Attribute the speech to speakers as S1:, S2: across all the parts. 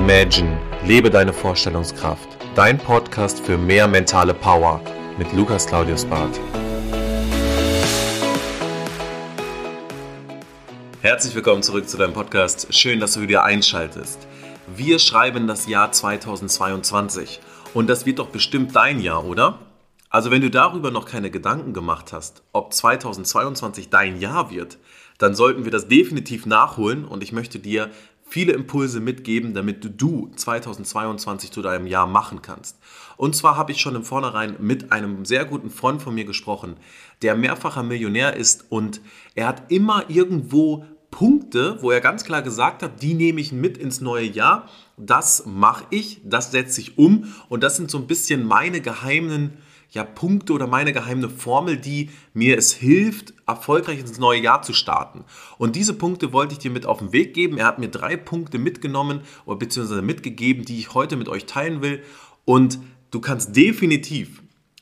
S1: Imagine, lebe deine Vorstellungskraft. Dein Podcast für mehr mentale Power mit Lukas Claudius Barth. Herzlich willkommen zurück zu deinem Podcast. Schön, dass du wieder einschaltest. Wir schreiben das Jahr 2022 und das wird doch bestimmt dein Jahr, oder? Also wenn du darüber noch keine Gedanken gemacht hast, ob 2022 dein Jahr wird, dann sollten wir das definitiv nachholen und ich möchte dir viele Impulse mitgeben, damit du 2022 zu deinem Jahr machen kannst. Und zwar habe ich schon im Vornherein mit einem sehr guten Freund von mir gesprochen, der mehrfacher Millionär ist und er hat immer irgendwo Punkte, wo er ganz klar gesagt hat, die nehme ich mit ins neue Jahr, das mache ich, das setze ich um und das sind so ein bisschen meine geheimen Punkte oder meine geheime Formel, die mir es hilft, erfolgreich ins neue Jahr zu starten. Und diese Punkte wollte ich dir mit auf den Weg geben. Er hat mir 3 Punkte mitgenommen oder beziehungsweise mitgegeben, die ich heute mit euch teilen will. Und du kannst definitiv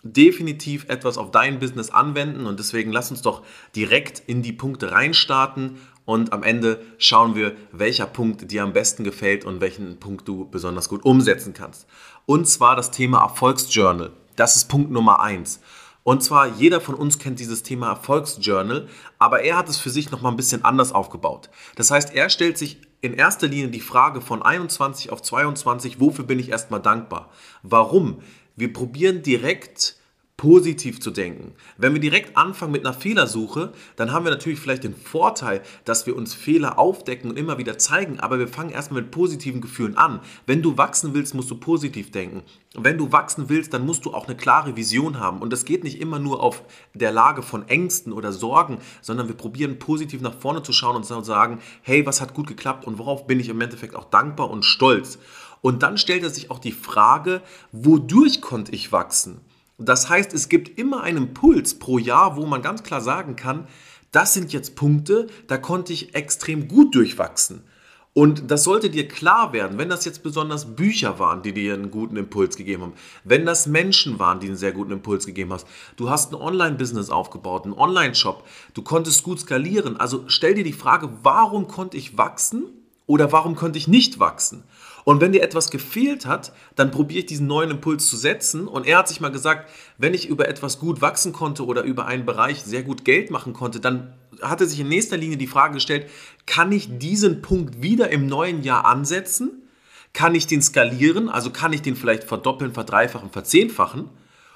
S1: etwas auf dein Business anwenden. Und deswegen lass uns doch direkt in die Punkte reinstarten. Und am Ende schauen wir, welcher Punkt dir am besten gefällt und welchen Punkt du besonders gut umsetzen kannst. Und zwar das Thema Erfolgsjournal. Das ist Punkt Nummer 1. Und zwar, jeder von uns kennt dieses Thema Erfolgsjournal, aber er hat es für sich nochmal ein bisschen anders aufgebaut. Das heißt, er stellt sich in erster Linie die Frage von 21 auf 22, wofür bin ich erstmal dankbar? Warum? Wir probieren direkt positiv zu denken. Wenn wir direkt anfangen mit einer Fehlersuche, dann haben wir natürlich vielleicht den Vorteil, dass wir uns Fehler aufdecken und immer wieder zeigen, aber wir fangen erstmal mit positiven Gefühlen an. Wenn du wachsen willst, musst du positiv denken. Wenn du wachsen willst, dann musst du auch eine klare Vision haben und das geht nicht immer nur auf der Lage von Ängsten oder Sorgen, sondern wir probieren positiv nach vorne zu schauen und zu sagen, hey, was hat gut geklappt und worauf bin ich im Endeffekt auch dankbar und stolz. Und dann stellt er sich auch die Frage, wodurch konnte ich wachsen? Das heißt, es gibt immer einen Impuls pro Jahr, wo man ganz klar sagen kann, das sind jetzt Punkte, da konnte ich extrem gut durchwachsen. Und das sollte dir klar werden, wenn das jetzt besonders Bücher waren, die dir einen guten Impuls gegeben haben, wenn das Menschen waren, die einen sehr guten Impuls gegeben haben, du hast ein Online-Business aufgebaut, einen Online-Shop, du konntest gut skalieren. Also stell dir die Frage, warum konnte ich wachsen oder warum konnte ich nicht wachsen? Und wenn dir etwas gefehlt hat, dann probiere ich diesen neuen Impuls zu setzen. Und er hat sich mal gesagt, wenn ich über etwas gut wachsen konnte oder über einen Bereich sehr gut Geld machen konnte, dann hat er sich in nächster Linie die Frage gestellt, kann ich diesen Punkt wieder im neuen Jahr ansetzen? Kann ich den skalieren? Also kann ich den vielleicht verdoppeln, verdreifachen, verzehnfachen?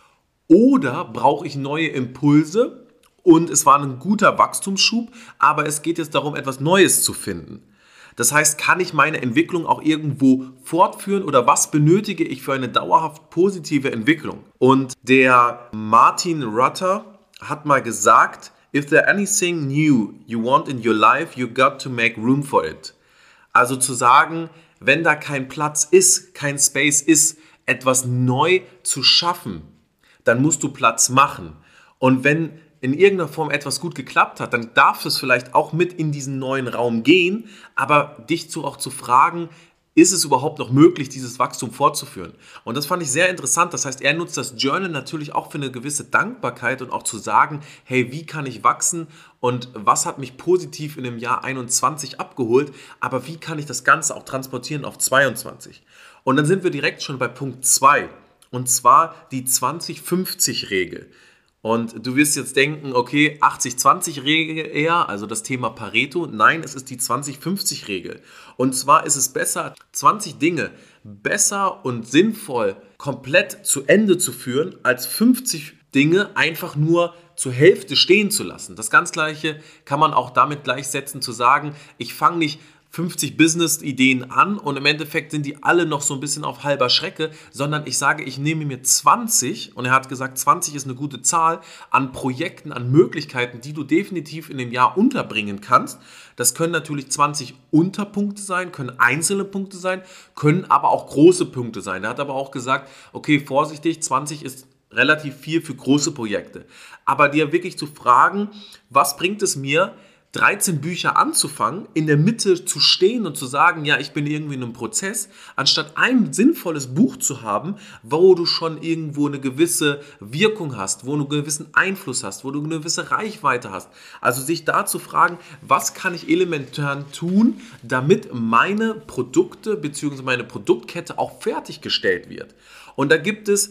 S1: Oder brauche ich neue Impulse? Und es war ein guter Wachstumsschub, aber es geht jetzt darum, etwas Neues zu finden. Das heißt, kann ich meine Entwicklung auch irgendwo fortführen oder was benötige ich für eine dauerhaft positive Entwicklung? Und der Martin Rutter hat mal gesagt, if there anything new you want in your life, you got to make room for it. Also zu sagen, wenn da kein Platz ist, kein Space ist, etwas neu zu schaffen, dann musst du Platz machen. Und wenn in irgendeiner Form etwas gut geklappt hat, dann darf es vielleicht auch mit in diesen neuen Raum gehen, aber dich auch zu fragen, ist es überhaupt noch möglich, dieses Wachstum fortzuführen? Und das fand ich sehr interessant. Das heißt, er nutzt das Journal natürlich auch für eine gewisse Dankbarkeit und auch zu sagen, hey, wie kann ich wachsen und was hat mich positiv in dem Jahr 21 abgeholt, aber wie kann ich das Ganze auch transportieren auf 22? Und dann sind wir direkt schon bei Punkt 2 und zwar die 20-50-Regel. Und du wirst jetzt denken, okay, 80-20-Regel eher, also das Thema Pareto. Nein, es ist die 20-50-Regel. Und zwar ist es besser, 20 Dinge besser und sinnvoll komplett zu Ende zu führen, als 50 Dinge einfach nur zur Hälfte stehen zu lassen. Das ganz Gleiche kann man auch damit gleichsetzen, zu sagen, ich fange nicht 50 Business-Ideen an und im Endeffekt sind die alle noch so ein bisschen auf halber Strecke, sondern ich sage, ich nehme mir 20 und er hat gesagt, 20 ist eine gute Zahl an Projekten, an Möglichkeiten, die du definitiv in dem Jahr unterbringen kannst. Das können natürlich 20 Unterpunkte sein, können einzelne Punkte sein, können aber auch große Punkte sein. Er hat aber auch gesagt, okay, vorsichtig, 20 ist relativ viel für große Projekte. Aber dir wirklich zu fragen, was bringt es mir, 13 Bücher anzufangen, in der Mitte zu stehen und zu sagen, ja, ich bin irgendwie in einem Prozess, anstatt ein sinnvolles Buch zu haben, wo du schon irgendwo eine gewisse Wirkung hast, wo du einen gewissen Einfluss hast, wo du eine gewisse Reichweite hast. Also sich da zu fragen, was kann ich elementar tun, damit meine Produkte bzw. meine Produktkette auch fertiggestellt wird. Und da gibt es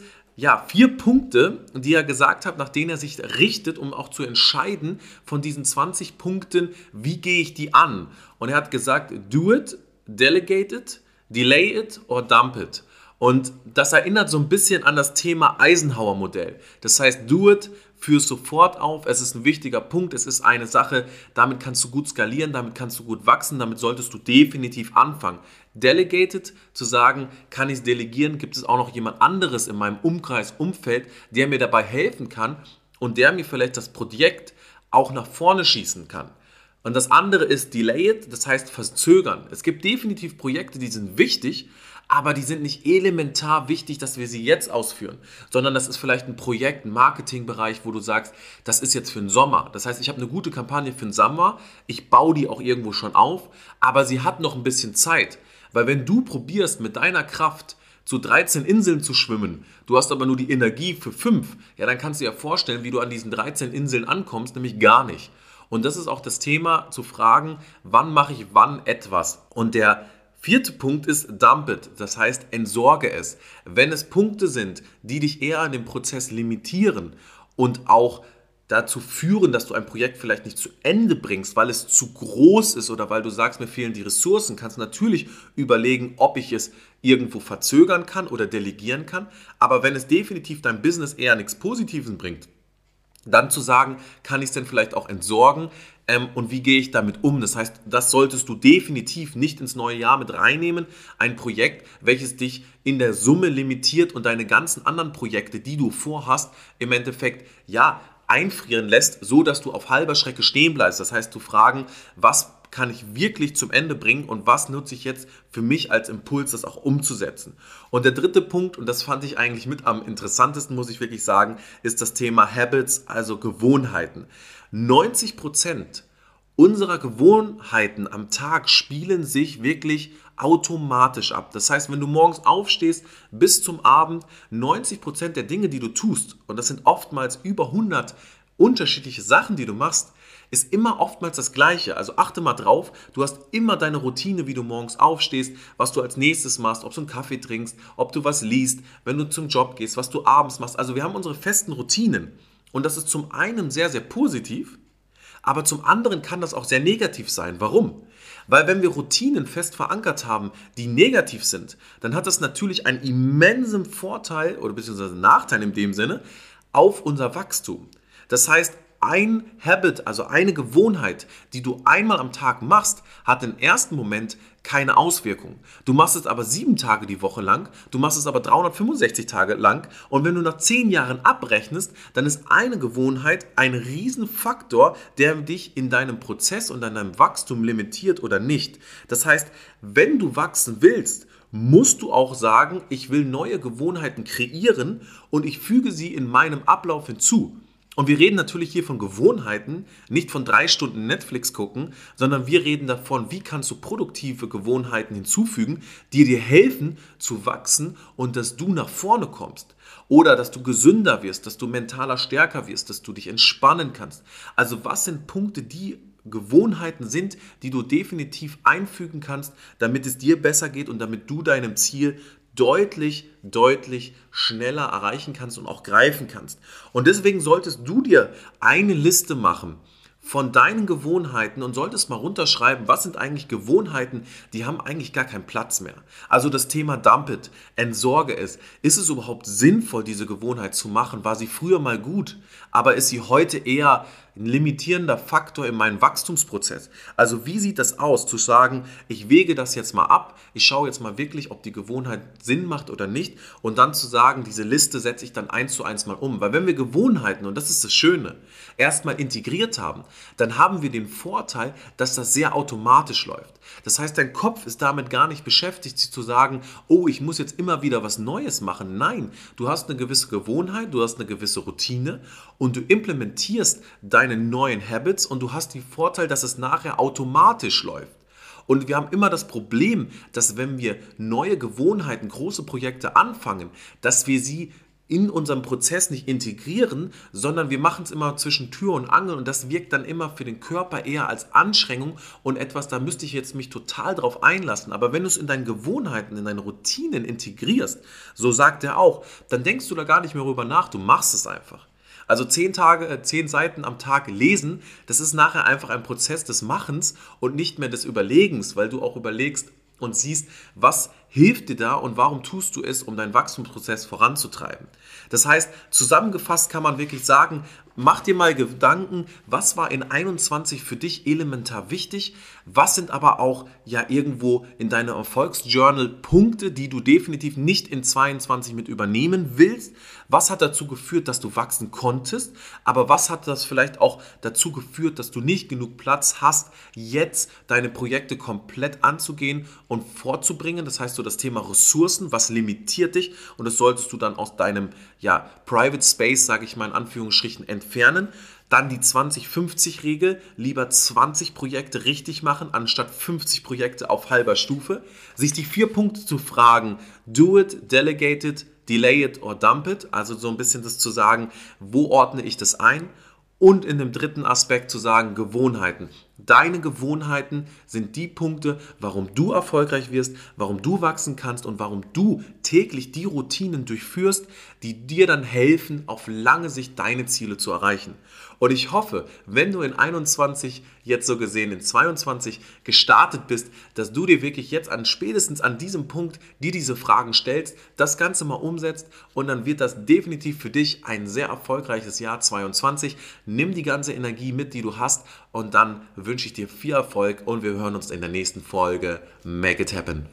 S1: 4 Punkte, die er gesagt hat, nach denen er sich richtet, um auch zu entscheiden von diesen 20 Punkten, wie gehe ich die an. Und er hat gesagt, do it, delegate it, delay it or dump it. Und das erinnert so ein bisschen an das Thema Eisenhower-Modell. Das heißt, do it, führ es sofort auf, es ist ein wichtiger Punkt, es ist eine Sache, damit kannst du gut skalieren, damit kannst du gut wachsen, damit solltest du definitiv anfangen. Delegated, zu sagen, kann ich es delegieren, gibt es auch noch jemand anderes in meinem Umfeld, der mir dabei helfen kann und der mir vielleicht das Projekt auch nach vorne schießen kann. Und das andere ist delay it, das heißt verzögern. Es gibt definitiv Projekte, die sind wichtig, aber die sind nicht elementar wichtig, dass wir sie jetzt ausführen, sondern das ist vielleicht ein Projekt, ein Marketingbereich, wo du sagst, das ist jetzt für den Sommer. Das heißt, ich habe eine gute Kampagne für den Sommer, ich baue die auch irgendwo schon auf, aber sie hat noch ein bisschen Zeit. Weil wenn du probierst, mit deiner Kraft zu 13 Inseln zu schwimmen, du hast aber nur die Energie für 5, ja, dann kannst du dir vorstellen, wie du an diesen 13 Inseln ankommst, nämlich gar nicht. Und das ist auch das Thema, zu fragen, wann mache ich wann etwas. Und der 4. Punkt ist dump it, das heißt entsorge es. Wenn es Punkte sind, die dich eher an dem Prozess limitieren und auch dazu führen, dass du ein Projekt vielleicht nicht zu Ende bringst, weil es zu groß ist oder weil du sagst, mir fehlen die Ressourcen, kannst du natürlich überlegen, ob ich es irgendwo verzögern kann oder delegieren kann. Aber wenn es definitiv dein Business eher nichts Positives bringt, dann zu sagen, kann ich es denn vielleicht auch entsorgen und wie gehe ich damit um? Das heißt, das solltest du definitiv nicht ins neue Jahr mit reinnehmen. Ein Projekt, welches dich in der Summe limitiert und deine ganzen anderen Projekte, die du vorhast, im Endeffekt einfrieren lässt, so dass du auf halber Strecke stehen bleibst. Das heißt, zu fragen, was kann ich wirklich zum Ende bringen und was nutze ich jetzt für mich als Impuls, das auch umzusetzen. Und der 3. Punkt, und das fand ich eigentlich mit am interessantesten, muss ich wirklich sagen, ist das Thema Habits, also Gewohnheiten. 90% unserer Gewohnheiten am Tag spielen sich wirklich automatisch ab. Das heißt, wenn du morgens aufstehst bis zum Abend, 90% der Dinge, die du tust, und das sind oftmals über 100 unterschiedliche Sachen, die du machst, ist immer oftmals das Gleiche. Also achte mal drauf, du hast immer deine Routine, wie du morgens aufstehst, was du als nächstes machst, ob du einen Kaffee trinkst, ob du was liest, wenn du zum Job gehst, was du abends machst. Also wir haben unsere festen Routinen und das ist zum einen sehr, sehr positiv, aber zum anderen kann das auch sehr negativ sein. Warum? Weil wenn wir Routinen fest verankert haben, die negativ sind, dann hat das natürlich einen immensen Vorteil oder beziehungsweise Nachteil in dem Sinne auf unser Wachstum. Das heißt, ein Habit, also eine Gewohnheit, die du einmal am Tag machst, hat im ersten Moment keine Auswirkung. Du machst es aber 7 Tage die Woche lang, du machst es aber 365 Tage lang und wenn du nach 10 Jahren abrechnest, dann ist eine Gewohnheit ein Riesenfaktor, der dich in deinem Prozess und in deinem Wachstum limitiert oder nicht. Das heißt, wenn du wachsen willst, musst du auch sagen, ich will neue Gewohnheiten kreieren und ich füge sie in meinem Ablauf hinzu. Und wir reden natürlich hier von Gewohnheiten, nicht von 3 Stunden Netflix gucken, sondern wir reden davon, wie kannst du produktive Gewohnheiten hinzufügen, die dir helfen zu wachsen und dass du nach vorne kommst. Oder dass du gesünder wirst, dass du mentaler stärker wirst, dass du dich entspannen kannst. Also was sind Punkte, die Gewohnheiten sind, die du definitiv einfügen kannst, damit es dir besser geht und damit du deinem Ziel deutlich schneller erreichen kannst und auch greifen kannst. Und deswegen solltest du dir eine Liste machen von deinen Gewohnheiten und solltest mal runterschreiben, was sind eigentlich Gewohnheiten, die haben eigentlich gar keinen Platz mehr. Also das Thema Dump it, entsorge es. Ist es überhaupt sinnvoll, diese Gewohnheit zu machen? War sie früher mal gut, aber ist sie heute eher ein limitierender Faktor in meinem Wachstumsprozess? Also wie sieht das aus, zu sagen, ich wege das jetzt mal ab, ich schaue jetzt mal wirklich, ob die Gewohnheit Sinn macht oder nicht und dann zu sagen, diese Liste setze ich dann 1:1 mal um. Weil wenn wir Gewohnheiten, und das ist das Schöne, erstmal integriert haben, dann haben wir den Vorteil, dass das sehr automatisch läuft. Das heißt, dein Kopf ist damit gar nicht beschäftigt, sich zu sagen, oh, ich muss jetzt immer wieder was Neues machen. Nein, du hast eine gewisse Gewohnheit, du hast eine gewisse Routine und du implementierst deine neuen Habits und du hast den Vorteil, dass es nachher automatisch läuft. Und wir haben immer das Problem, dass wenn wir neue Gewohnheiten, große Projekte anfangen, dass wir sie in unserem Prozess nicht integrieren, sondern wir machen es immer zwischen Tür und Angel und das wirkt dann immer für den Körper eher als Anstrengung und etwas, da müsste ich jetzt mich total drauf einlassen. Aber wenn du es in deinen Gewohnheiten, in deinen Routinen integrierst, so sagt er auch, dann denkst du da gar nicht mehr drüber nach, du machst es einfach. Also 10 Seiten am Tag lesen, das ist nachher einfach ein Prozess des Machens und nicht mehr des Überlegens, weil du auch überlegst und siehst, was hilft dir da und warum tust du es, um deinen Wachstumsprozess voranzutreiben. Das heißt, zusammengefasst kann man wirklich sagen, mach dir mal Gedanken, was war in 21 für dich elementar wichtig, was sind aber auch ja irgendwo in deinem Erfolgsjournal Punkte, die du definitiv nicht in 22 mit übernehmen willst, was hat dazu geführt, dass du wachsen konntest, aber was hat das vielleicht auch dazu geführt, dass du nicht genug Platz hast, jetzt deine Projekte komplett anzugehen und vorzubringen, das heißt so das Thema Ressourcen, was limitiert dich und das solltest du dann aus deinem Private Space, sage ich mal in Anführungsstrichen, entfernen. Dann die 20-50-Regel, lieber 20 Projekte richtig machen, anstatt 50 Projekte auf halber Stufe. Sich die 4 Punkte zu fragen, do it, delegate it, delay it or dump it, also so ein bisschen das zu sagen, wo ordne ich das ein? Und in dem dritten Aspekt zu sagen, Gewohnheiten. Deine Gewohnheiten sind die Punkte, warum du erfolgreich wirst, warum du wachsen kannst und warum du täglich die Routinen durchführst, die dir dann helfen, auf lange Sicht deine Ziele zu erreichen. Und ich hoffe, wenn du in 21, jetzt so gesehen in 22 gestartet bist, dass du dir wirklich jetzt spätestens an diesem Punkt dir diese Fragen stellst, das Ganze mal umsetzt und dann wird das definitiv für dich ein sehr erfolgreiches Jahr 22. Nimm die ganze Energie mit, die du hast und dann wünsche ich dir viel Erfolg und wir hören uns in der nächsten Folge. Make it happen!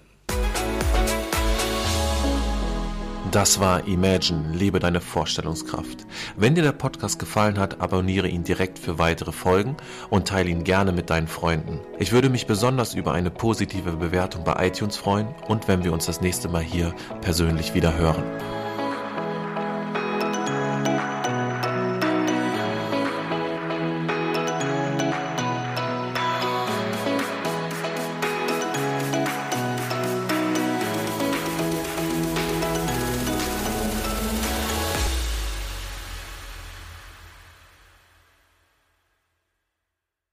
S1: Das war Imagine, lebe deine Vorstellungskraft. Wenn dir der Podcast gefallen hat, abonniere ihn direkt für weitere Folgen und teile ihn gerne mit deinen Freunden. Ich würde mich besonders über eine positive Bewertung bei iTunes freuen und wenn wir uns das nächste Mal hier persönlich wieder hören.